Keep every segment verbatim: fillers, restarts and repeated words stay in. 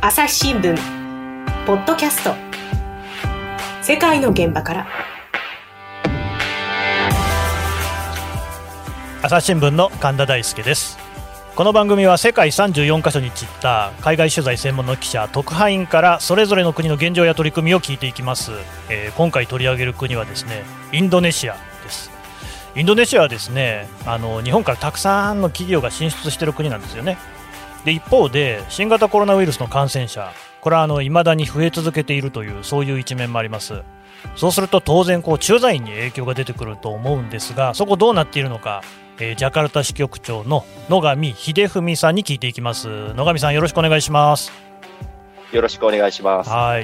朝日新聞ポッドキャスト、世界の現場から。 朝日新聞の神田大輔です。この番組は世界さんじゅうよんカ所に散った海外取材専門の記者特派員からそれぞれの国の現状や取り組みを聞いていきます。えー、今回取り上げる国はですね、インドネシアです。インドネシアはですね、あの日本からたくさんの企業が進出している国なんですよね。で一方で新型コロナウイルスの感染者、これはあの未だに増え続けているという、そういう一面もあります。そうすると当然こう駐在員に影響が出てくると思うんですが、そこどうなっているのか、えー、ジャカルタ支局長の野上秀文さんに聞いていきます。野上さん、よろしくお願いします。 よろしくお願いします。 はい。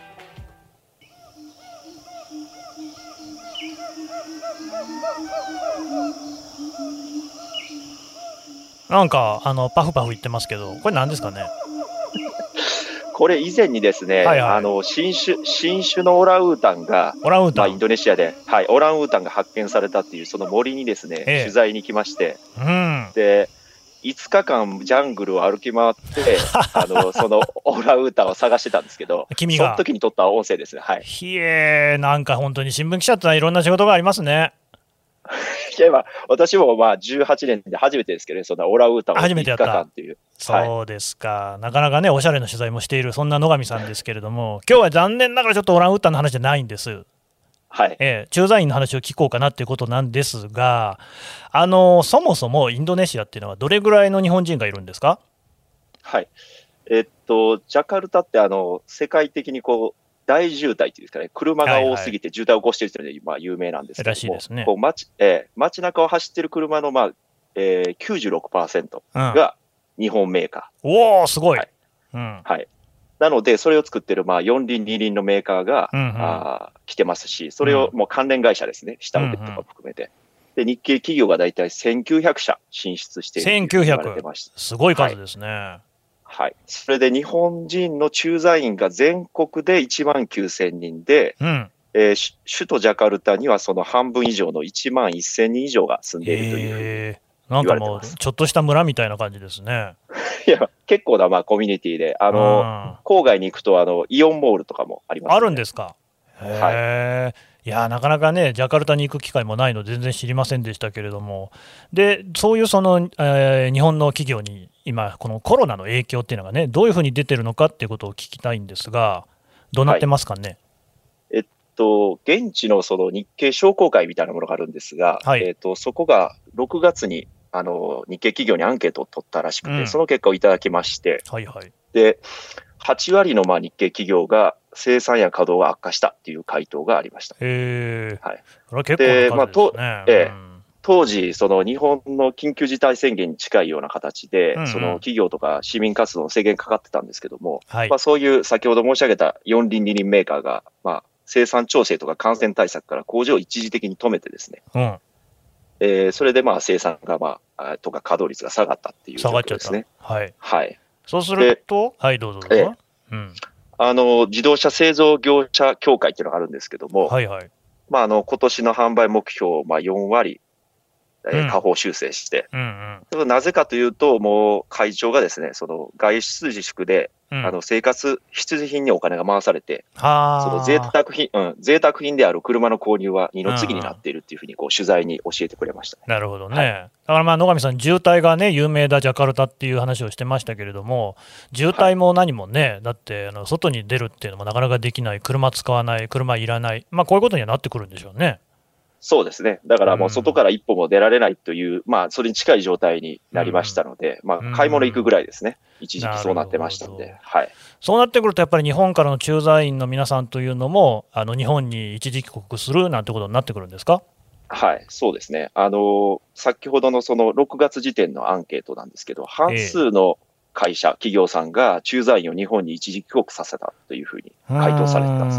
なんかあのパフパフ言ってますけど、これ何ですかね。 これ以前にですね、はいはい、あの新種新種のオランウータンがオランウータン、 まあ、インドネシアで、はい、オランウータンが発見されたっていうその森にですね、ええ、取材に来まして、うん、でいつかかんジャングルを歩き回ってあのそのオランウータンを探してたんですけど、君がその時に撮った音声ですね。はい。 ひえー、なんか本当に新聞記者ってのはいろんな仕事がありますね。 いや、まあ、私もまあじゅうはちねんで初めてですけどね、そんなオランウータンをいつかかんっていう。 そうですか、はい、なかなかねおしゃれな取材もしているそんな野上さんですけれども、今日は残念ながらちょっとオランウータンの話じゃないんです。 はい、 えー、駐在員の話を聞こうかなっていうことなんですが、あのそもそもインドネシアっていうのはどれぐらいの日本人がいるんですか？ はい、えっとジャカルタってあの世界的にこう大渋滞っていうんですかね、車が多すぎて渋滞を起こしているというので、まあ、有名なんですけども、らしいですね。こう 街, えー、街中を走っている車の、まあえー、きゅうじゅうろくパーセント が日本メーカー、 うん、おーすごい、 はいうんはい、なのでそれを作っている、まあ、よん輪に輪のメーカーが、うんうん、あ来てますし、それをもう関連会社ですね、下請けとかも含めて、うんうん、で日系企業がだいたいせんきゅうひゃくしゃ進出していると言われてました。 すごい数ですね。 はいはい、それで日本人の駐在員が全国でいちまんきゅうせんにんで、うんえー、首都ジャカルタにはその半分以上のいちまんせんにん以上が住んでいるというふうに言われてます。 なんかもうちょっとした村みたいな感じですね。 いや結構なまあコミュニティで、あの郊外に行くとあのイオンモールとかもあります、ね、 あるんですか。へー、はい、いやなかなかねジャカルタに行く機会もないので全然知りませんでしたけれども、でそういうその、えー、日本の企業に今このコロナの影響っていうのがねどういうふうに出てるのかっていうことを聞きたいんですが、どうなってますかね。はい、 えっと現地のその日系商工会みたいなものがあるんですが、はい、えっとそこがろくがつにあの日系企業にアンケートを取ったらしくて、うん、その結果をいただきまして、はいはい、ではちわりのまあ日系企業が生産や稼働が悪化したっていう回答がありました。 へー、 はい、 これは結構な数ですね。まあとえーうん当時、その日本の緊急事態宣言に近いような形で、うんうん、その企業とか市民活動の制限かかってたんですけども、はい、まあ、そういう先ほど申し上げたよん輪に輪メーカーが、まあ、生産調整とか感染対策から工場を一時的に止めてですね、うんえー、それでまあ生産が、まあ、とか稼働率が下がったっていう状況ですね。 はい。 はい。 そうすると、はい、どうぞどうぞ。えーうん、 あの、自動車製造業者協会っていうのがあるんですけども、 はいはい。 まあ、あの、今年の販売目標、まあ、よんわり、えー、下方修正して、うんうん、なぜかというと、もう会長がですね、その外出自粛で、うん、あの生活必需品にお金が回されて、その贅沢品、うん、贅沢品である車の購入は二の次になっているっていうふうにこう取材に教えてくれました、ね。 なるほどね。はい、だからまあ野上さん、渋滞がね有名だジャカルタっていう話をしてましたけれども、渋滞も何もね、はい、だってあの外に出るっていうのもなかなかできない、車使わない、車いらない、まあこういうことにはなってくるんでしょうね。 そうですね。だからもう外から一歩も出られないという、うん、まあそれに近い状態になりましたので、うん、まあ買い物行くぐらいですね。うん、一時期そうなってましたので、はい。 そうなってくるとやっぱり日本からの駐在員の皆さんというのもあの日本に一時帰国するなんてことになってくるんですか？ はい、そうですね。あの先ほどのそのろくがつ時点のアンケートなんですけど、半数の会社、えー、企業さんが駐在員を日本に一時帰国させたというふうに回答されてたんです。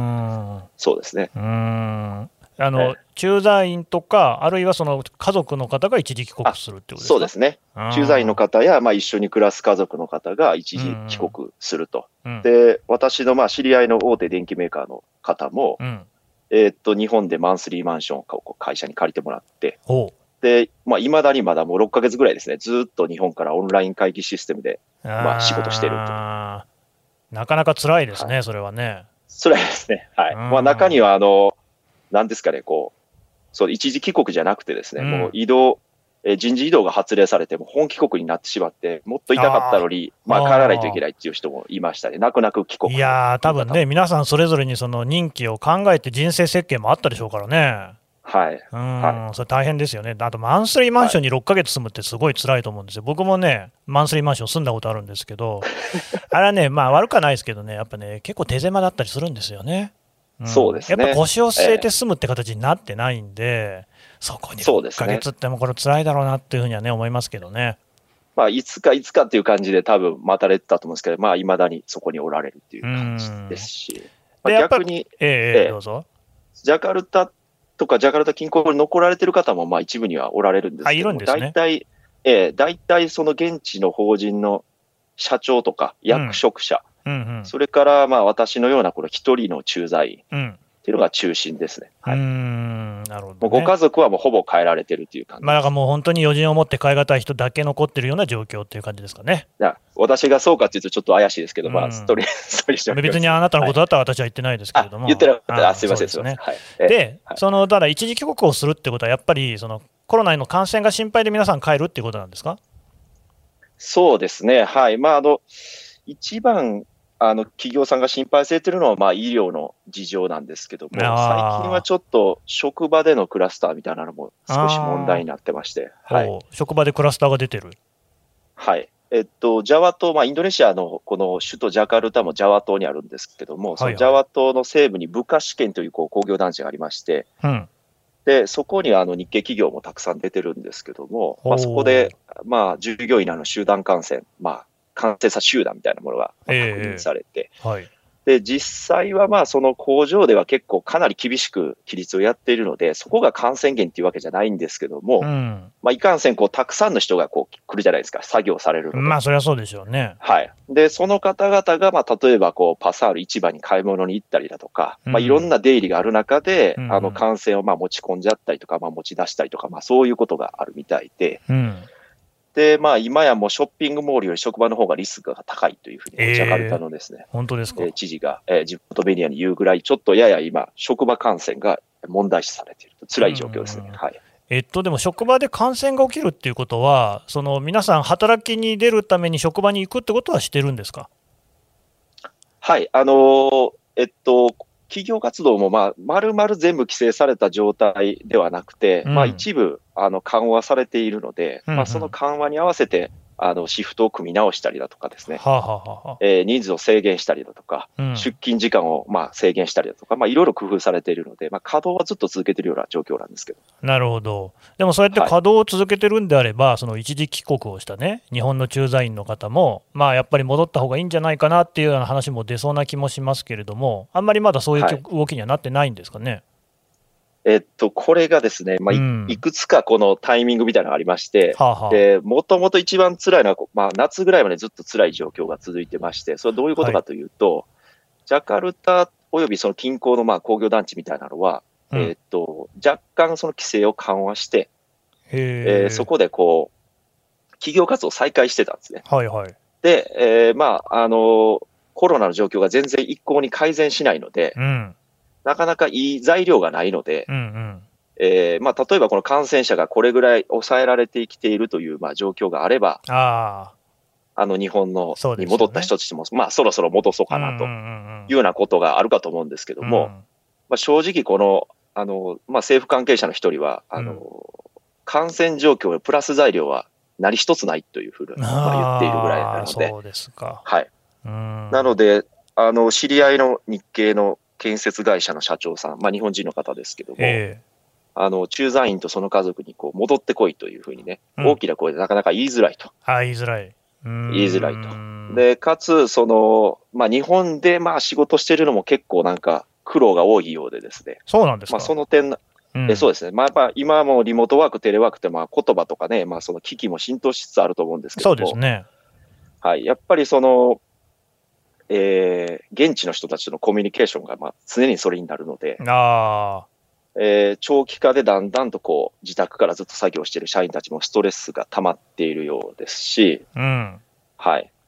そうですね。 うーんあの駐在員とか、あるいはその家族の方が一時帰国するってことですか？ そうですね。駐在員の方や、まあ、一緒に暮らす家族の方が一時帰国すると。うんうん、で、私のまあ知り合いの大手電機メーカーの方も、うん、えー、っと日本でマンスリーマンションを会社に借りてもらって、で、まあ、未だにまだもうろっかげつぐらいですね、ずっと日本からオンライン会議システムで、まあ、仕事してると。 なかなか辛いですね、はい、それはね。 辛いですね。はい。まあ、中には、あの、なんですかね、こう、そう、一時帰国じゃなくてですね、うん、もう移動、え人事異動が発令されて、も本帰国になってしまって、もっと痛かったのに、あまあ、帰らないといけないっていう人もいましたね。泣く泣く帰国。 いやー、多分ね、皆さんそれぞれにその任期を考えて人生設計もあったでしょうからね。 はい。 うん、 はい、 それ大変ですよね。あと、マンスリーマンションにろっかげつ住むってすごい辛いと思うんですよ。僕もね、マンスリーマンション住んだことあるんですけど、あれはね、まあ悪くはないですけどね、やっぱね、結構手狭だったりするんですよね。 うん、そうですね。 やっぱ腰を据えて住むって形になってないんで、えー、そこにろっかげつってもこれ辛いだろうなっていうふうにはね、思いますけどね。 まあ、いつかいつかっていう感じで多分待たれてたと思うんですけど、まあ、未だにそこにおられるっていう感じですし、まあ、逆に、 えええー、どうぞ。 ジャカルタとかジャカルタ近郊に残られてる方もまあ一部にはおられるんですけども、大体、えー、大体その現地の法人の社長とか役職者、うんうんうん、それからまあ私のようなこの一人の駐在員っていうのが中心ですね。はい、うーん、なるほどね。 もうご家族はもうほぼ帰られてるっていう感じです。 まあ、だからもう本当に余人を持って帰りたい人だけ残ってるような状況っていう感じですかね。 いや私がそうかっていうとちょっと怪しいですけど、まあ、ストーリー、ストーリー別にあなたのことだったら私は言ってないですけれども。 はい、言ってなかったら、すみません、すみません。はい、 で、はい、その、ただ一時帰国をするってことは、やっぱりそのコロナへの感染が心配で皆さん帰るっていうことなんですか？ そうですね。はい。まあ、あの、一番、あの、企業さんが心配されているのは、まあ、医療の事情なんですけども、最近はちょっと職場でのクラスターみたいなのも少し問題になってまして。 はい、職場でクラスターが出てる。 はい。えっと、ジャワ島、まあ、インドネシアのこの首都ジャカルタもジャワ島にあるんですけども、そのジャワ島の西部にブカシ県というこう工業団地がありまして、うん、で、そこにあの日系企業もたくさん出てるんですけども、まあ、そこで、まあ、従業員らの集団感染、まあ、感染者集団みたいなものが確認されて、えーはい、で、実際はまあ、その工場では結構かなり厳しく規律をやっているので、そこが感染源っていうわけじゃないんですけども、うん、まあ、いかんせん、こう、たくさんの人がこう来るじゃないですか、作業されるので。 まあ、そりゃそうでしょうね。 はい。で、その方々が、まあ、例えば、こう、パサール市場に買い物に行ったりだとか、うん、まあ、いろんな出入りがある中で、うん、あの、感染をまあ持ち込んじゃったりとか、まあ、持ち出したりとか、まあ、そういうことがあるみたいで、うんで、まあ、今やもうショッピングモールより職場の方がリスクが高いというふうに、ジャカルタのですね、 本当ですか、 えー、知事が、えー、地元メディアに言うぐらい、ちょっとやや今、職場感染が問題視されていると、辛い状況ですね。はい。 えっと、でも職場で感染が起きるっていうことは、その皆さん、働きに出るために職場に行くってことはしてるんですか？ はい、あのー、えっと、企業活動も、まあ、丸々全部規制された状態ではなくて、うん、まあ、一部、あの、緩和されているので、うんうん、まあ、その緩和に合わせて、あの、シフトを組み直したりだとかですね、はあはあはあえー、人数を制限したりだとか、うん、出勤時間を、まあ、制限したりだとか、まあ、いろいろ工夫されているので、まあ、稼働はずっと続けているような状況なんですけど。 なるほど。でもそうやって稼働を続けてるんであれば、はい、その一時帰国をしたね、日本の駐在員の方も、まあ、やっぱり戻った方がいいんじゃないかなっていうような話も出そうな気もしますけれども、あんまりまだそういう動きにはなってないんですかね。はい、 えっと、これがですね、まあ、い、うん、いくつかこのタイミングみたいなのがありまして、はあはあ、で、もともと一番辛いのは、まあ、夏ぐらいまでずっと辛い状況が続いてまして、それはどういうことかというと、はい、ジャカルタおよびその近郊のまあ工業団地みたいなのは、うん、えっと、若干その規制を緩和して、えー、そこでこう、企業活動を再開してたんですね。 はいはい。 で、えー、まあ、あの、コロナの状況が全然一向に改善しないので、うんなかなかいい材料がないので、うんうんえーまあ、例えばこの感染者がこれぐらい抑えられてきているというまあ状況があれば、ああの日本のに戻った人たちも、まあ、そろそろ戻そうかなというようなことがあるかと思うんですけども、うんまあ、正直この、あのまあ、政府関係者の一人は、あの、うん、感染状況のプラス材料は何一つないというふうにまあ言っているぐらいなので、 そうですか。 はい。うんなので、あの、知り合いの日系の建設会社の社長さん、まあ日本人の方ですけども、えー、あの、駐在員とその家族にこう戻ってこいというふうにね、うん、大きな声でなかなか言いづらいと。 あ、言いづらい。 言いづらいと。で、かつ、その、まあ日本でまあ仕事してるのも結構なんか苦労が多いようでですね。 そうなんですか。 まあその点、うん、えそうですね。まあやっぱ今はもうリモートワーク、テレワークってまあ言葉とかね、まあその機器も浸透しつつあると思うんですけども。 そうですね。 はい。やっぱりその、えー、現地の人たちとのコミュニケーションがまあ常にそれになるので、あえー、長期化でだんだんとこう自宅からずっと作業している社員たちもストレスが溜まっているようですし、うん、はい。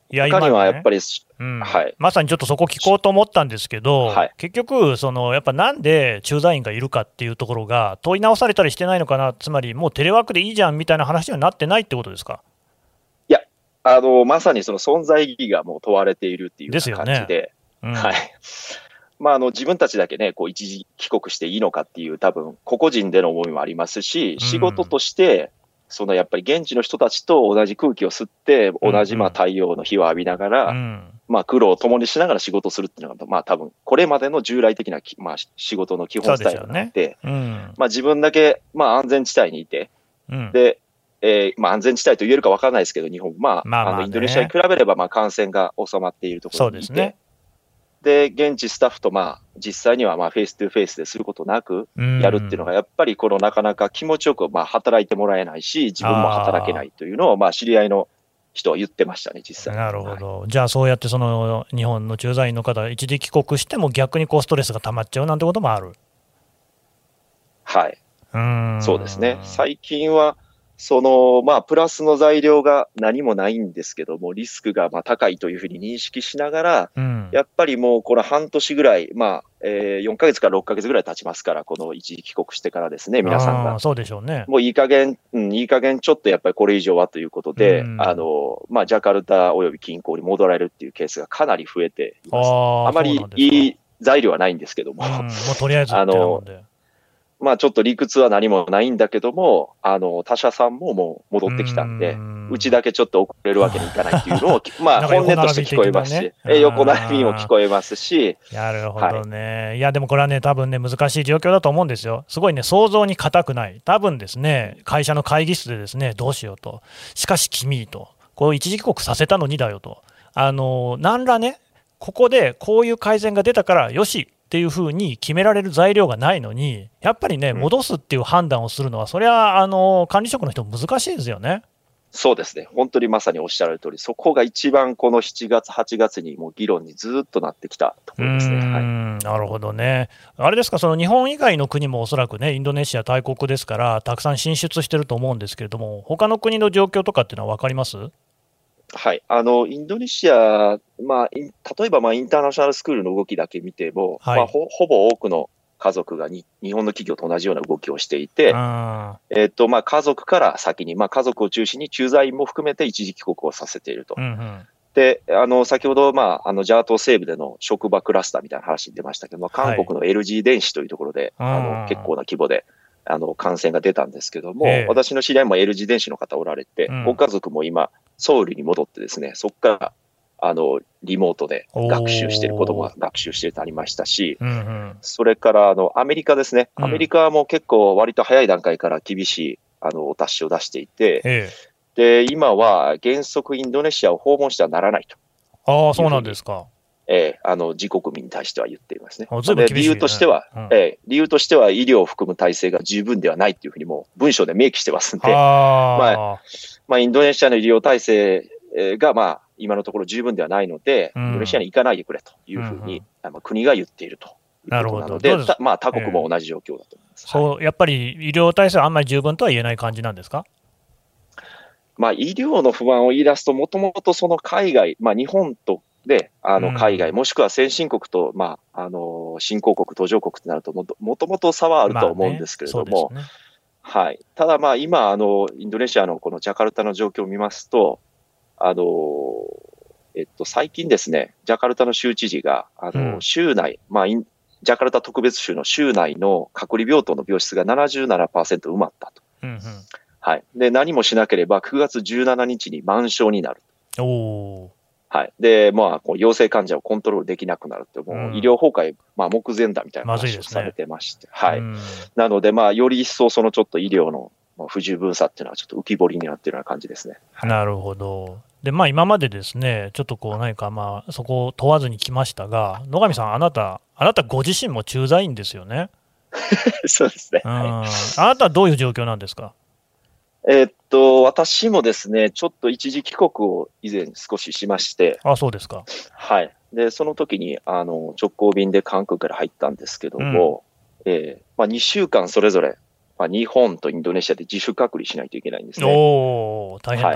いや他にはやっぱり、 うんはい、まさにちょっとそこ聞こうと思ったんですけど、はい、結局その、やっぱなんで駐在員がいるかっていうところが問い直されたりしてないのかな、つまりもうテレワークでいいじゃんみたいな話にはなってないってことですか。 いや、あのまさにその存在意義がもう問われているっていう感じで、ですよね。うん、はいまあ、あの自分たちだけね、こう一時帰国していいのかっていう、多分個々人での思いもありますし、仕事として、そのやっぱり現地の人たちと同じ空気を吸って、同じまあ太陽の日を浴びながら、うん、まあ苦労を共にしながら仕事するっていうのが、まあ多分これまでの従来的なまあ仕事の基本スタイルになって、ねうんまあ、自分だけまあ安全地帯にいて、うん、で、えーまあ、安全地帯と言えるか分からないですけど、日本、まあ、まあまあね、あのインドネシアに比べればまあ感染が収まっているところにいて、そうですね。で、現地スタッフとまあ実際にはまあフェイストゥフェイスですることなくやるっていうのが、やっぱりこのなかなか気持ちよくまあ働いてもらえないし、自分も働けないというのをまあ知り合いの人は言ってましたね、実際。 なるほど、はい、じゃあそうやってその日本の駐在員の方、一時帰国しても逆にこうストレスが溜まっちゃうなんてこともある。 はい、うんそうですね。最近はそのまあ、プラスの材料が何もないんですけども、リスクがまあ高いというふうに認識しながら、うん、やっぱりもうこれ半年ぐらい、まあえー、よんかげつからろっかげつぐらい経ちますから、この一時帰国してからですね、皆さんが。 そうでしょうね。 もういい加減、うん、いい加減ちょっとやっぱりこれ以上はということで、うんあのまあ、ジャカルタおよび近郊に戻られるっていうケースがかなり増えています。あ, あまりいい材料はないんですけども、うん、もうとりあえずってなもんで。 まあちょっと理屈は何もないんだけども、あの、他社さんももう戻ってきたんで、うちだけちょっと遅れるわけにいかないっていうのを、まあ本音として聞こえますし、ね、え横並びも聞こえますし。 なるほどね、はい。いや、でもこれはね、多分ね、難しい状況だと思うんですよ。すごいね、想像に難くない。多分ですね、会社の会議室でですね、どうしようと。しかし君と、こう一時帰国させたのにだよと。あの、なんらね、ここでこういう改善が出たからよしっていうふうに決められる材料がないのに、やっぱりね、戻すっていう判断をするのは、それはあの管理職の人も難しいですよね。 そうですね、本当にまさにおっしゃる通り、そこが一番このしちがつ、はちがつにもう議論にずっとなってきたところですね。はい、 なるほどね。あれですか、その日本以外の国もおそらくね、インドネシア大国ですから、たくさん進出してると思うんですけれども、他の国の状況とかっていうのは分かります？ はい、あのインドネシア、まあ、例えばまあインターナショナルスクールの動きだけ見ても、はいまあ、ほ, ほぼ多くの家族がに日本の企業と同じような動きをしていて、えーとまあ、家族から先に、まあ、家族を中心に駐在員も含めて一時帰国をさせていると。うんうんであの先ほど、まあ、あのジャワ島西部での職場クラスターみたいな話に出ましたけど、まあ、韓国の エルジー 電子というところで、はい、あの結構な規模であの感染が出たんですけども、えー、私の知り合いも エルジー 電子の方おられて、うん、ご家族も今ソウルに戻ってですね、そこからあのリモートで学習している子どもが学習しているとありましたし、うんうん、それからあのアメリカですね、アメリカも結構割と早い段階から厳しいあのお達しを出していて、えーで今は原則インドネシアを訪問してはならないと。 ああ、そうなんですか。 えー、あの自国民に対しては言っていますね。で理由としては、うんえー、理由としては医療を含む体制が十分ではないというふうにも文章で明記してますんで、あ、まあまあ、インドネシアの医療体制が、まあ、今のところ十分ではないので、うん、インドネシアに行かないでくれというふうに、うんうん、国が言っているということなので、まあ、他国も同じ状況だと思います。 えー、そう、はい、やっぱり医療体制はあんまり十分とは言えない感じなんですか？ まあ、医療の不安を言い出すと、もともとその海外、まあ、日本とであの海外、うん、もしくは先進国と、まあ、あの新興国、途上国となるとも、もともと差はあると思うんですけれども、まあねねはい、ただ、まあ、今あの、インドネシアのこのジャカルタの状況を見ますと、あのえっと、最近ですね、ジャカルタの州知事が、あの、うん、州内、まあ、ジャカルタ特別州の州内の隔離病棟の病室が ななじゅうななパーセント 埋まったと。うんうんはい、で何もしなければくがつじゅうしちにちに満床になる。おはいでまあ、こう陽性患者をコントロールできなくなるって、もう医療崩壊、まあ、目前だみたいな話をされてまして、まずいですね。はい、なので、まあ、より一層そのちょっと医療の不十分さっていうのはちょっと浮き彫りになっているような感じですね。 なるほど。で、まあ、今までですね、ちょっとこう何かまあそこを問わずに来ましたが、野上さん、あなた、あなたご自身も駐在員ですよね。 そうですね、 うん、はい、あなたはどういう状況なんですか？ えー、っと、私もですね、ちょっと一時帰国を以前少ししまして。 あ、そうですか。 はい。で、その時に、あの、直行便で韓国から入ったんですけども、うん、えー、まあ、にしゅうかんそれぞれ、まあ、日本とインドネシアで自主隔離しないといけないんですね。 おー、大変だ。はい。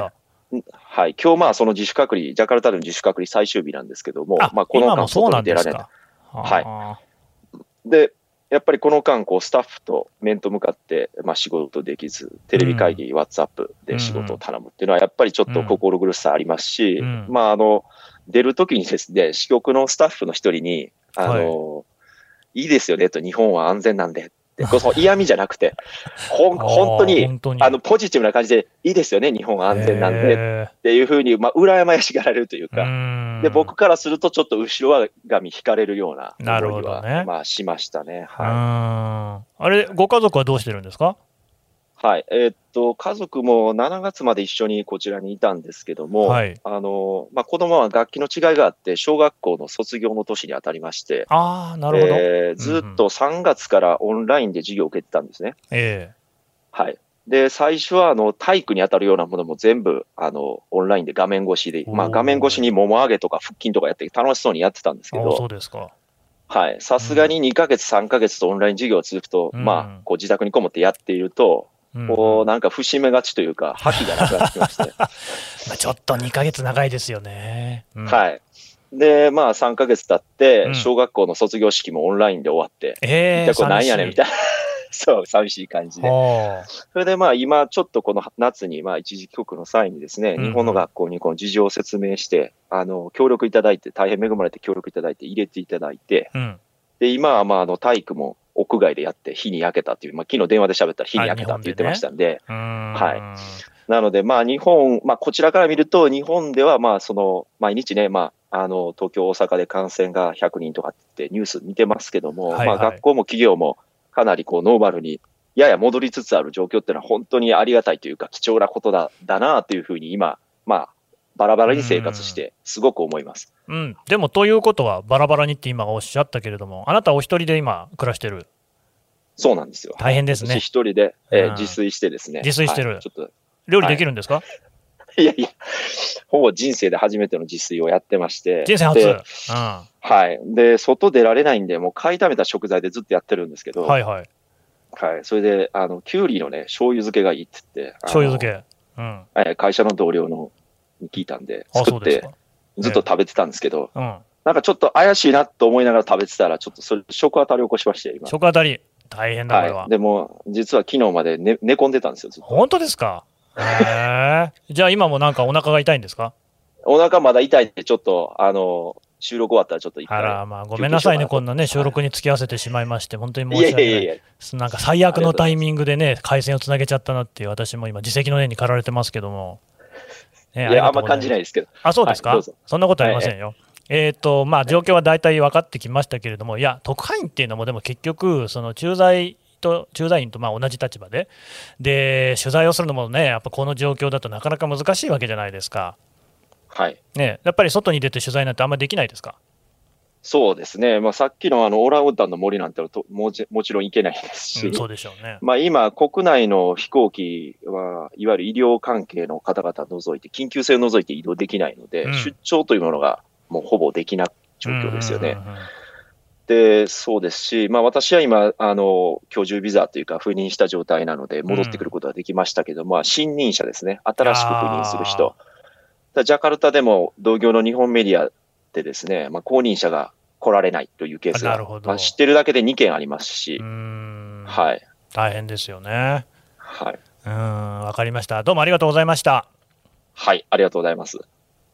はい、今日まあその自主隔離、ジャカルタでの自主隔離最終日なんですけども、あまあ、この間外に出られない。はい。で、やっぱりこの間、こうスタッフと面と向かって、まあ、仕事できず、テレビ会議、うん、WhatsApp で仕事を頼むっていうのは、やっぱりちょっと心苦しさありますし、うん、まあ、あの、出るときにですね、支局のスタッフの一人に、あの、はい、いいですよねと、日本は安全なんで。その嫌味じゃなくて、ほん本当に、本当にあのポジティブな感じで、いいですよね、日本は安全なんでっていうふうに、まあ、羨ましがられるというか、うで僕からすると、ちょっと後ろ髪引かれるような思いは、ね、まあ、しましたね。はい、 あれ、ご家族はどうしてるんですか？ はい、えー、っと、家族もしちがつまで一緒にこちらにいたんですけども、はい、あの、まあ、子供は楽器の違いがあって、小学校の卒業の年に当たりまして、 ああ、なるほど。 えー、ずっとさんがつからオンラインで授業を受けてたんですね。 ええー、はい。で、最初は、あの、体育に当たるようなものも全部、あの、オンラインで画面越しで、まあ、画面越しにもも上げとか腹筋とかやって楽しそうにやってたんですけど、 そうですか。 はい。さすがににかげつ、さんかげつとオンライン授業が続くと、うん、まあ、こう自宅にこもってやっていると、こうなんか節目がちというか、覇気がなくなってきまして。 まあちょっとにかげつ長いですよね。 うん、はい。で、まあさんかげつ経って、小学校の卒業式もオンラインで終わって、 えー、これなんやねんみたいな。そう、寂しい感じで。それでまあ今ちょっとこの夏にまあ一時帰国の際にですね、うん、日本の学校にこの事情を説明して、あの、協力いただいて、大変恵まれて協力いただいて入れていただいて、うん、で、今はまああの体育も屋外でやって火に焼けたっていう、まあ、昨日電話で喋ったら火に焼けたって言ってましたんで、はい。ね、はい、なので、まあ日本、まあこちらから見ると、日本ではまあその、毎日ね、まあ、あの、東京、大阪で感染がひゃくにんとかってニュース見てますけども、はいはい、まあ学校も企業もかなりこうノーマルにやや戻りつつある状況っていうのは本当にありがたいというか貴重なことだ、だなというふうに今、まあ、バラバラに生活してすごく思います。 うん、でもということはバラバラにって今おっしゃったけれども、あなたお一人で今暮らしてる？ そうなんですよ。 大変ですね。 私一人で、えー、自炊してですね。 自炊してる。 はい、ちょっと料理できるんですか？ はい、いやいや、ほぼ人生で初めての自炊をやってまして。 人生初。うん、 はい。で、外出られないんで、もう買いためた食材でずっとやってるんですけど。 はいはい。 はい。それで、あの、きゅうりのね、醤油漬けがいいって言って。 醤油漬け。うん。 会社の同僚のに聞いたんで、作って、ずっと食べてたんですけど。 うん。 なんかちょっと怪しいなと思いながら食べてたら、ちょっとそれ、食当たり起こしまして、今。 食当たり。大変だ、これは。 はい、でも、実は昨日まで、ね、寝込んでたんですよ、ずっと。 本当ですか？へえ。じゃあ今もなんかお腹が痛いんですか？ お腹まだ痛いって、ちょっと、あの、収録終わったらちょっと一回。 あら、まあ、ごめんなさいね、こんなね、収録に付き合わせてしまいまして、本当に申し訳ない。いやいやいや、なんか最悪のタイミングでね、回線をつなげちゃったなっていう、私も今、自責の念に駆られてますけども。 ね、いや、あんま感じないですけど。 あ、そうですか？はい、そんなことありませんよ。はい、えっと、まあ、状況は大体分かってきましたけれども、いや、特派員っていうのも、でも結局、その駐在、と駐在員とまあ同じ立場で、で取材をするのもね、やっぱこの状況だとなかなか難しいわけじゃないですか。 はいね、やっぱり外に出て取材なんてあんまりできないですか？ そうですね、まあ、さっきのあのオランウータンの森なんてと も, ちもちろん行けないですし、 うん、そうでしょうね。 まあ今、国内の飛行機はいわゆる医療関係の方々を除いて、緊急性を除いて移動できないので、うん、出張というものがもうほぼできない状況ですよね。うんうんうんうん、で、そうですし、まあ私は今、あの、居住ビザというか赴任した状態なので戻ってくることができましたけど、うん、まあ新任者ですね。新しく赴任する人。ジャカルタでも同業の日本メディアでですね、まあ後任者が来られないというケースが、まあ、知ってるだけでにけんありますし、 うーん、 はい。 大変ですよね。 はい。 うん、わかりました。どうもありがとうございました。 はい、ありがとうございます。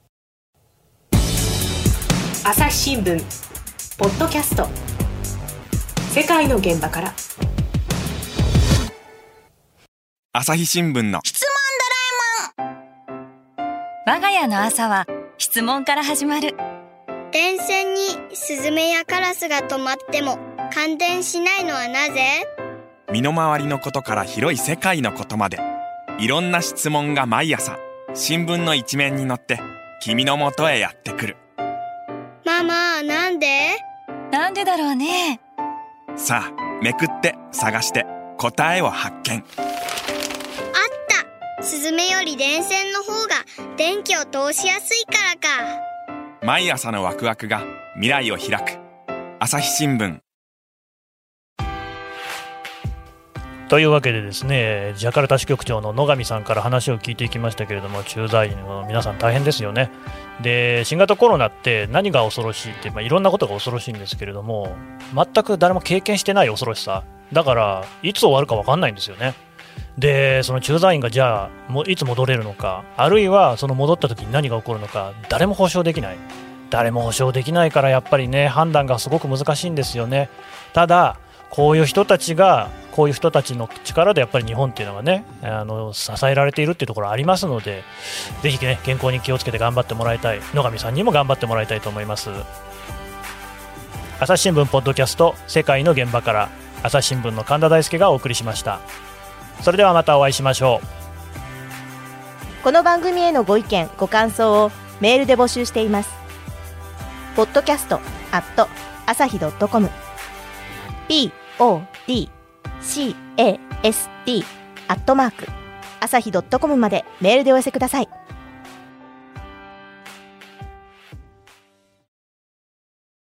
朝日新聞ポッドキャスト、世界の現場から。 朝日新聞の質問ドラえもん。我が家の朝は質問から始まる。 電線にスズメやカラスが止まっても感電しないのはなぜ？ 身の回りのことから広い世界のことまで、いろんな質問が毎朝新聞の一面に載って君の元へやってくる。 ママ、なんで？ なんでだろうね。 さあ、めくって探して答えを発見。あった。スズメより電線の方が電気を通しやすいからか。 毎朝のワクワクが未来を開く。朝日新聞。 というわけでですね、ジャカルタ支局長の野上さんから話を聞いていきましたけれども、駐在員の皆さん大変ですよね。で、新型コロナって何が恐ろしいって、まあ、いろんなことが恐ろしいんですけれども、全く誰も経験してない恐ろしさだから、いつ終わるか分かんないんですよね。で、その駐在員がじゃあもいつ戻れるのか、あるいはその戻った時に何が起こるのか、誰も保証できない。誰も保証できないから、やっぱりね、判断がすごく難しいんですよね。ただこういう人たちがこういう人たちの力でやっぱり日本っていうのはね、あの支えられているっていうところありますので、ぜひね、健康に気をつけて頑張ってもらいたい。野上さんにも頑張ってもらいたいと思います。朝日新聞ポッドキャスト世界の現場から、朝日新聞の神田大輔がお送りしました。それではまたお会いしましょう。この番組へのご意見ご感想をメールで募集しています。ポッドキャストアット朝日ドットコム ピーオーディーシーエーエスティー アットマーク朝日ドットコムまでメールでお寄せください。